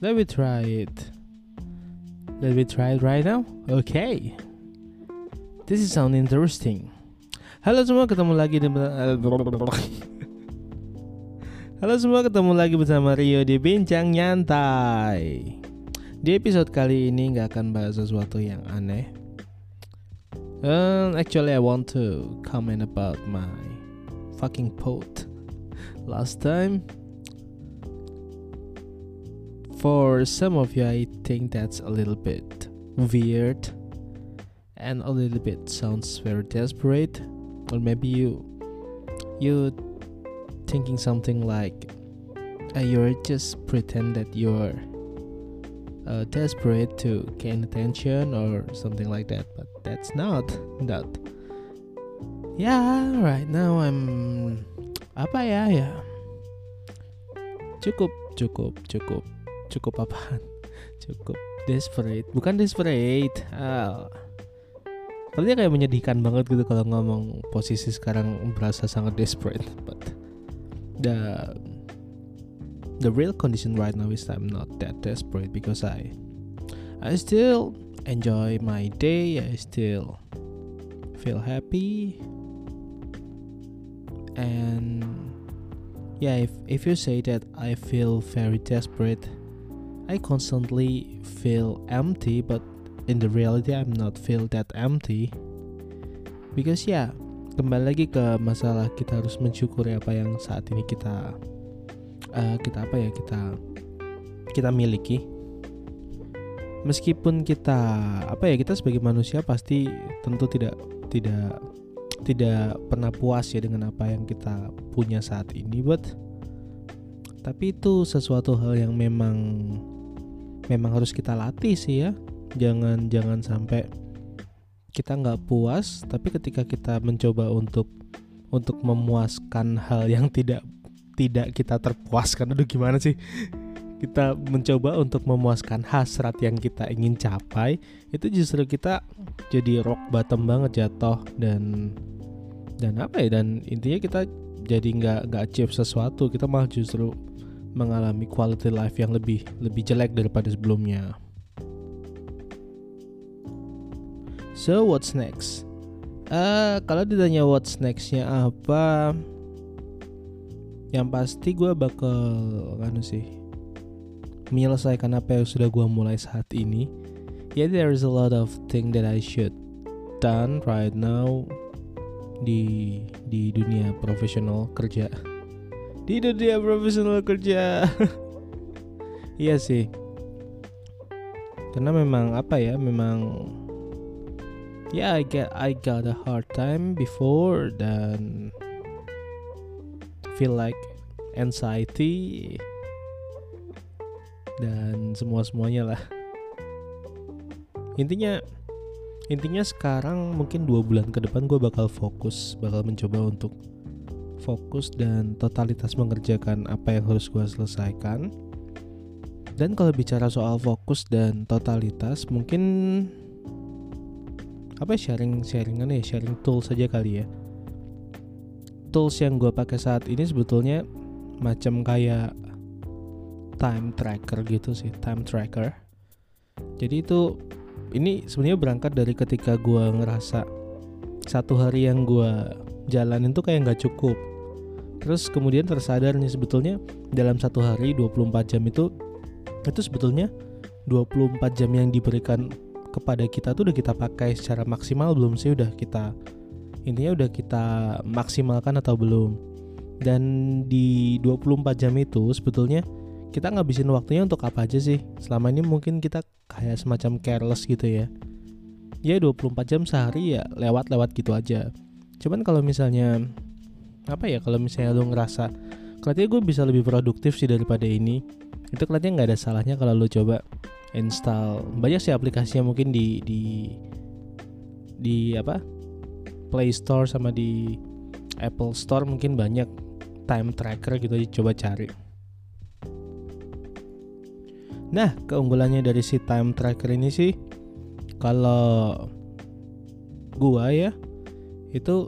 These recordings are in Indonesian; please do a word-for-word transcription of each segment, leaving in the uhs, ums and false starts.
Let me try it. Let me try it right now. Okay. This is sound interesting. Halo semua, ketemu lagi di Halo semua, ketemu lagi bersama Rio di Bincang Nyantai. Di episode kali ini gak akan bahas sesuatu yang aneh. Um, actually I want to comment about my fucking pot last time. For some of you, I think that's a little bit weird and a little bit sounds very desperate, or maybe you you thinking something like uh, you're just pretend that you're uh, desperate to gain attention or something like that, but that's not that. Yeah, right now I'm apa ya ya cukup cukup cukup cukup apaan? Cukup desperate. Bukan desperate. Ah. Ternyata kayak menyedihkan banget gitu kalau ngomong posisi sekarang berasa sangat desperate. But the the real condition right now is I'm not that desperate because I I still enjoy my day. I still feel happy. And yeah, if if you say that I feel very desperate, I constantly feel empty, but in the reality I'm not feel that empty. Because ya, yeah, kembali lagi ke masalah kita harus mensyukuri apa yang saat ini kita uh, kita apa ya kita kita miliki. Meskipun kita apa ya kita sebagai manusia pasti tentu tidak tidak tidak pernah puas ya dengan apa yang kita punya saat ini, but tapi itu sesuatu hal yang memang memang harus kita latih sih ya. Jangan jangan sampai kita nggak puas, tapi ketika kita mencoba untuk untuk memuaskan hal yang tidak tidak kita terpuaskan, aduh gimana sih? Kita mencoba untuk memuaskan hasrat yang kita ingin capai, itu justru kita jadi rock bottom banget, jatuh dan dan apa ya? Dan intinya kita jadi nggak nggak achieve sesuatu, kita malah justru mengalami quality life yang lebih lebih jelek daripada sebelumnya. So what's next? Uh, kalau ditanya what's nextnya apa, yang pasti gue bakal kan sih menyelesaikan apa yang sudah gue mulai saat ini. Yeah, there is a lot of thing that I should done right now di di dunia profesional kerja. Di dunia profesional kerja. Iya sih. Karena memang apa ya, memang ya yeah, I get I got a hard time before dan feel like anxiety dan semua-semuanya lah. Intinya intinya sekarang mungkin dua bulan ke depan gue bakal fokus, bakal mencoba untuk fokus dan totalitas mengerjakan apa yang harus gue selesaikan. Dan kalau bicara soal fokus dan totalitas, mungkin apa sharing-sharingan ya, sharing tools saja kali ya. Tools yang gue pakai saat ini sebetulnya macam kayak time tracker gitu sih, time tracker. Jadi itu ini sebenarnya berangkat dari ketika gue ngerasa satu hari yang gue jalanin tuh kayak nggak cukup. Terus kemudian tersadar nih sebetulnya dalam satu hari dua puluh empat jam itu itu sebetulnya dua puluh empat jam yang diberikan kepada kita tuh udah kita pakai secara maksimal belum sih, udah kita intinya udah kita maksimalkan atau belum. Dan di dua puluh empat jam itu sebetulnya kita ngabisin waktunya untuk apa aja sih? Selama ini mungkin kita kayak semacam careless gitu ya. Ya dua puluh empat jam sehari ya lewat-lewat gitu aja. Cuman kalau misalnya apa ya, kalau misalnya lu ngerasa kelihatannya gue bisa lebih produktif sih daripada ini, itu kelihatannya nggak ada salahnya kalau lu coba install banyak sih aplikasinya, mungkin di di di apa Play Store sama di Apple Store mungkin banyak time tracker gitu, coba cari. Nah, keunggulannya dari si time tracker ini sih, kalau gua ya itu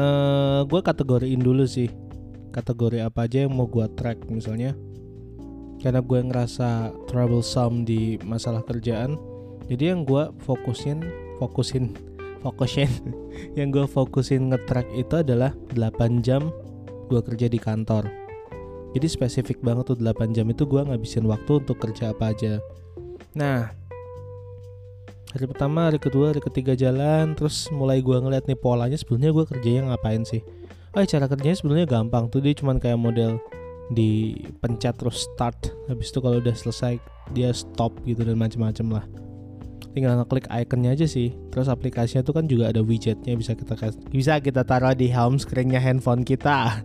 uh, gue kategoriin dulu sih kategori apa aja yang mau gue track. Misalnya karena gue ngerasa troublesome di masalah kerjaan. Jadi yang gue fokusin fokusin fokusin yang gue fokusin nge-track itu adalah delapan jam gue kerja di kantor. Jadi spesifik banget tuh, delapan jam itu gue ngabisin waktu untuk kerja apa aja. Nah, hari pertama, hari kedua, hari ketiga jalan, terus mulai gue ngeliat nih polanya sebenarnya gue kerjanya ngapain sih. Oh, cara kerjanya sebenarnya gampang tuh, dia cuman kayak model dipencet terus start, habis itu kalau udah selesai dia stop gitu dan macam-macam lah. Tinggal ngeklik ikonnya aja sih. Terus aplikasinya tuh kan juga ada widgetnya, bisa kita bisa kita taruh di home screen-nya handphone kita.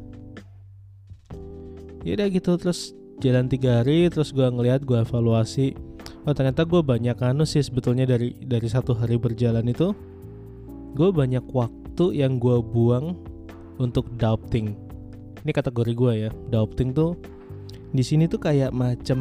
Ya udah gitu, terus jalan tiga hari, terus gue ngeliat, gue evaluasi. Oh ternyata gue banyak anu sih sebetulnya dari dari satu hari berjalan itu, gue banyak waktu yang gue buang untuk doubting. Ini kategori gue ya, doubting tuh di sini tuh kayak macam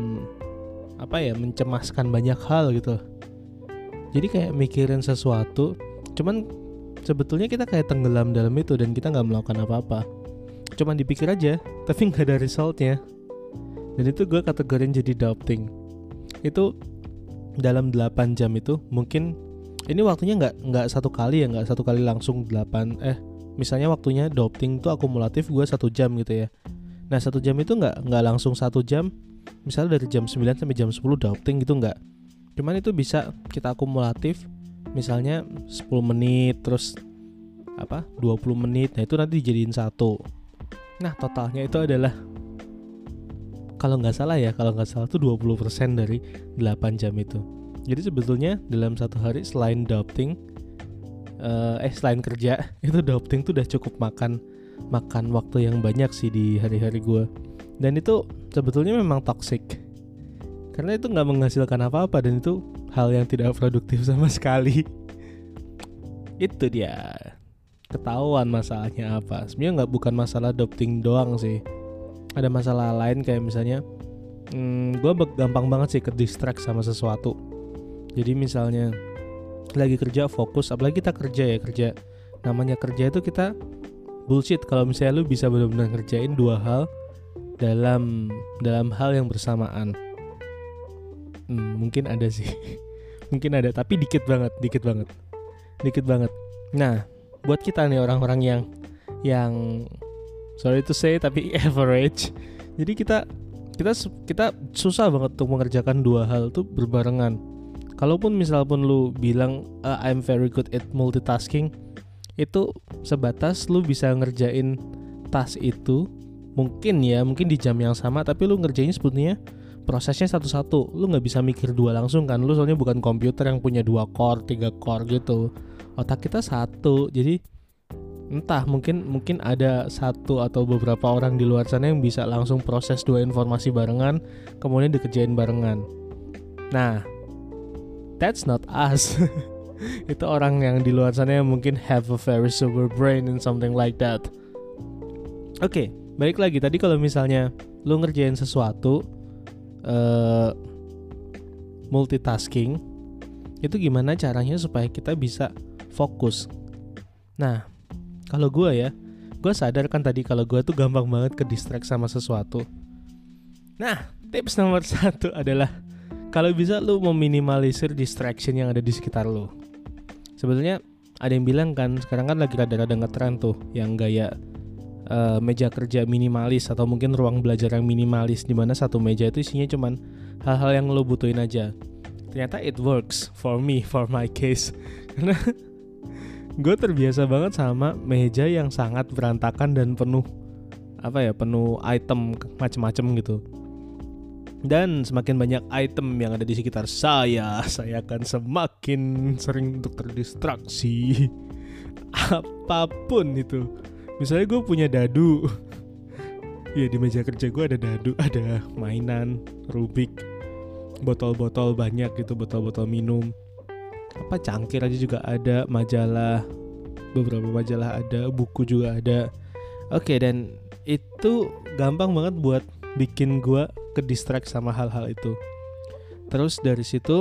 apa ya, mencemaskan banyak hal gitu. Jadi kayak mikirin sesuatu, cuman sebetulnya kita kayak tenggelam dalam itu dan kita nggak melakukan apa-apa. Cuman dipikir aja, tapi nggak ada resultnya. Dan itu gue kategorin jadi doubting. Itu dalam delapan jam itu mungkin ini waktunya nggak nggak satu kali ya, nggak satu kali langsung delapan eh misalnya waktunya doubting tuh akumulatif gue satu jam gitu ya. Nah satu jam itu nggak nggak langsung satu jam, misalnya dari jam sembilan sampai jam sepuluh doubting gitu nggak. Cuman itu bisa kita akumulatif, misalnya sepuluh menit terus apa dua puluh menit. Nah itu nanti dijadiin satu. Nah totalnya itu adalah, kalau nggak salah ya, kalau nggak salah tuh dua puluh persen dari delapan jam itu. Jadi sebetulnya dalam satu hari selain doubting, uh, eh selain kerja, itu doubting tuh udah cukup makan makan waktu yang banyak sih di hari-hari gue. Dan itu sebetulnya memang toxic, karena itu nggak menghasilkan apa-apa dan itu hal yang tidak produktif sama sekali. Itu dia, ketahuan masalahnya apa. Sebenarnya nggak bukan masalah doubting doang sih. Ada masalah lain kayak misalnya hmm, gue gampang banget sih ke distract sama sesuatu. Jadi misalnya lagi kerja fokus, apalagi kita kerja ya kerja. Namanya kerja itu kita bullshit kalau misalnya lu bisa benar-benar ngerjain dua hal dalam dalam hal yang bersamaan. Hmm, mungkin ada sih, mungkin ada, tapi dikit banget, dikit banget, dikit banget. Nah, buat kita nih orang-orang yang yang sorry to say tapi average. Jadi kita kita kita susah banget untuk mengerjakan dua hal tuh berbarengan. Kalaupun misal pun lu bilang uh, I'm very good at multitasking, itu sebatas lu bisa ngerjain task itu mungkin ya, mungkin di jam yang sama, tapi lu ngerjainnya sebetulnya prosesnya satu-satu. Lu nggak bisa mikir dua langsung kan, lu soalnya bukan komputer yang punya dua core, tiga core gitu. Otak kita satu, jadi entah mungkin mungkin ada satu atau beberapa orang di luar sana yang bisa langsung proses dua informasi barengan, kemudian dikerjain barengan. Nah, that's not us. Itu orang yang di luar sana yang mungkin have a very super brain and something like that. Oke, okay, balik lagi tadi, kalau misalnya lu ngerjain sesuatu uh, multitasking, itu gimana caranya supaya kita bisa fokus. Nah, kalau gue ya, gue sadar kan tadi kalau gue tuh gampang banget ke distract sama sesuatu. Nah, tips nomor satu adalah kalau bisa lu meminimalisir distraction yang ada di sekitar lu. Sebetulnya ada yang bilang kan, sekarang kan lagi rada-rada ngetren tuh yang gaya uh, meja kerja minimalis atau mungkin ruang belajar yang minimalis, di mana satu meja itu isinya cuman hal-hal yang lo butuhin aja. Ternyata it works for me, for my case. Karena gue terbiasa banget sama meja yang sangat berantakan dan penuh apa ya, penuh item macem-macem gitu. Dan semakin banyak item yang ada di sekitar saya, saya akan semakin sering untuk terdistraksi. Apapun itu. Misalnya gue punya dadu. Ya di meja kerja gue ada dadu, ada mainan, Rubik, botol-botol banyak gitu, botol-botol minum. Apa cangkir aja juga ada, majalah, beberapa majalah ada, buku juga ada. Oke, dan itu gampang banget buat bikin gue ke distract sama hal-hal itu. Terus dari situ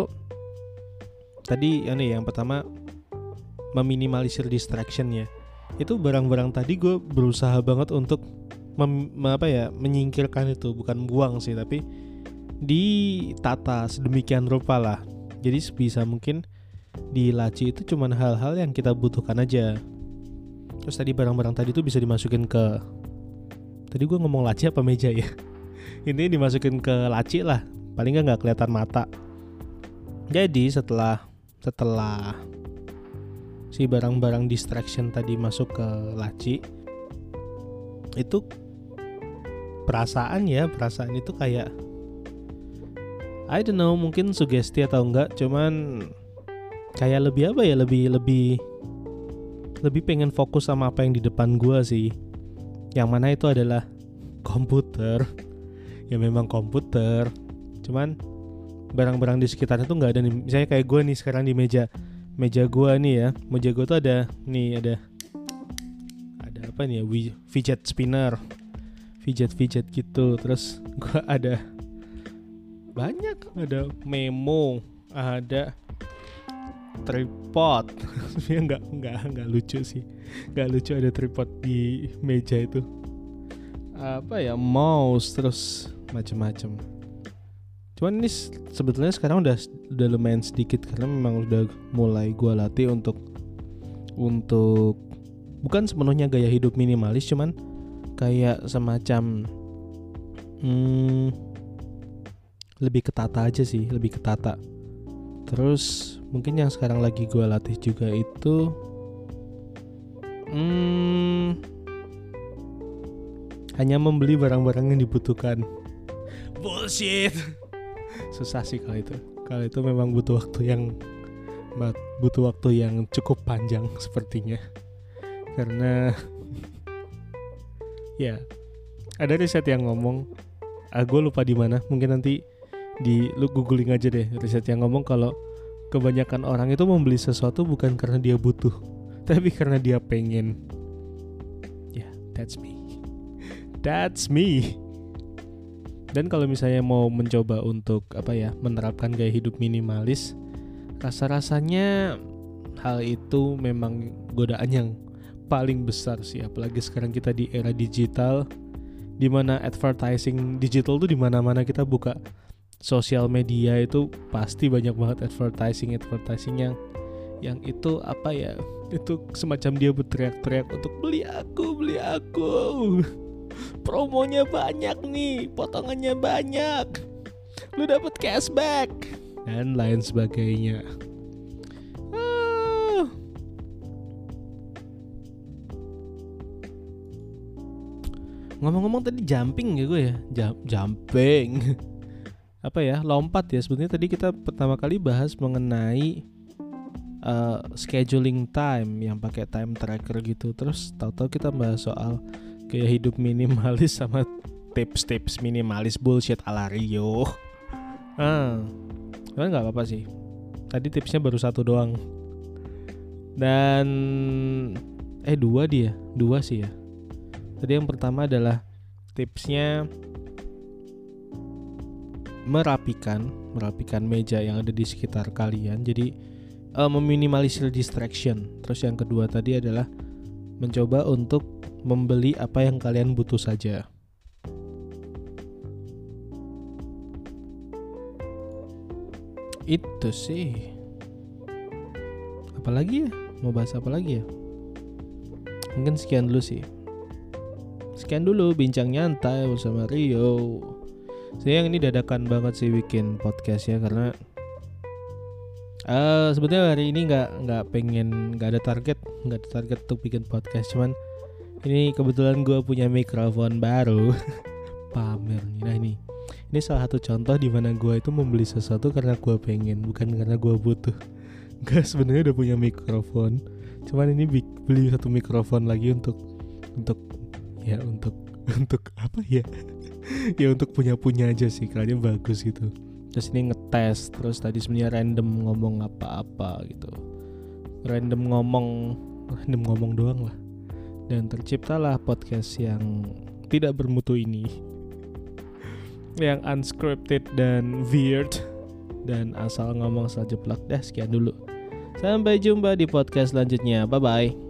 tadi ya nih, yang pertama meminimalisir distraction ya. Itu barang-barang tadi gue berusaha banget untuk mem, apa ya menyingkirkan itu, bukan buang sih, tapi ditata sedemikian rupa lah. Jadi sebisa mungkin di laci itu cuman hal-hal yang kita butuhkan aja. Terus tadi barang-barang tadi tuh bisa dimasukin ke, tadi gue ngomong laci apa meja ya? Ini dimasukin ke laci lah, paling nggak nggak kelihatan mata. Jadi setelah setelah si barang-barang distraction tadi masuk ke laci, itu perasaan ya, perasaan itu kayak I don't know, mungkin sugesti atau enggak, cuman kayak lebih apa ya, lebih lebih lebih pengen fokus sama apa yang di depan gua sih. Yang mana itu adalah komputer. Ya memang komputer. Cuman barang-barang di sekitarnya tuh nggak ada nih. Misalnya kayak gua nih sekarang di meja meja gua nih ya. Meja gua tuh ada nih ada ada apa nih ya? Fidget spinner. Fidget-fidget gitu. Terus gua ada banyak, ada memo, ada tripod. Ya nggak nggak nggak lucu sih, nggak lucu ada tripod di meja itu. Apa ya, mouse, terus macam-macam. Cuman ini sebetulnya sekarang udah udah lumayan sedikit karena memang udah mulai gue latih untuk untuk bukan sepenuhnya gaya hidup minimalis, cuman kayak semacam hmm, lebih ketata aja sih, lebih ketata. Terus mungkin yang sekarang lagi gue latih juga itu hmm, hanya membeli barang-barang yang dibutuhkan. Bullshit. Susah sih kalau itu. Kalau itu memang butuh waktu yang butuh waktu yang cukup panjang sepertinya. Karena ya ada riset yang ngomong, ah gue lupa di mana, mungkin nanti di lu googling aja deh, riset yang ngomong kalau kebanyakan orang itu membeli sesuatu bukan karena dia butuh, tapi karena dia pengen. Ya, yeah, that's me. That's me. Dan kalau misalnya mau mencoba untuk apa ya, menerapkan gaya hidup minimalis, rasa-rasanya hal itu memang godaan yang paling besar sih, apalagi sekarang kita di era digital di mana advertising digital tuh di mana-mana. Kita buka sosial media itu pasti banyak banget advertising advertising yang yang itu apa ya, itu semacam dia berteriak-teriak untuk beli aku, beli aku, promonya banyak nih, potongannya banyak, lu dapet cashback dan lain sebagainya. ah. Ngomong-ngomong tadi jumping ya gue ya, Jump, jumping apa ya, lompat ya. Sebenarnya tadi kita pertama kali bahas mengenai uh, scheduling time yang pakai time tracker gitu. Terus tahu-tahu kita bahas soal gaya hidup minimalis sama tips-tips minimalis bullshit ala Rio. Ah, cuman nggak apa-apa sih. Tadi tipsnya baru satu doang. Dan eh dua dia, dua sih ya. Tadi yang pertama adalah tipsnya merapikan, merapikan meja yang ada di sekitar kalian. Jadi uh, meminimalisir distraction. Terus yang kedua tadi adalah mencoba untuk membeli apa yang kalian butuh saja. Itu sih. Apalagi ya? Mau bahas apa lagi ya? Mungkin sekian dulu sih. Sekian dulu bincang nyantai bersama Rio. Sayang ini dadakan banget sih bikin podcast ya, karena uh, sebetulnya hari ini nggak nggak pengen, nggak ada target, nggak ada target untuk bikin podcast. Cuman ini kebetulan gue punya mikrofon baru. Pamer nih. Nah ini ini salah satu contoh di mana gue itu membeli sesuatu karena gue pengen, bukan karena gue butuh. Gue sebenarnya udah punya mikrofon, cuman ini beli satu mikrofon lagi untuk untuk ya untuk untuk apa ya? Ya untuk punya-punya aja sih, kayaknya bagus gitu. Terus ini ngetes, terus tadi sebenarnya random ngomong apa-apa gitu. Random ngomong, random ngomong doang lah. Dan terciptalah podcast yang tidak bermutu ini. Yang unscripted dan weird dan asal ngomong asal jeplak. Dah sekian dulu. Sampai jumpa di podcast selanjutnya. Bye bye.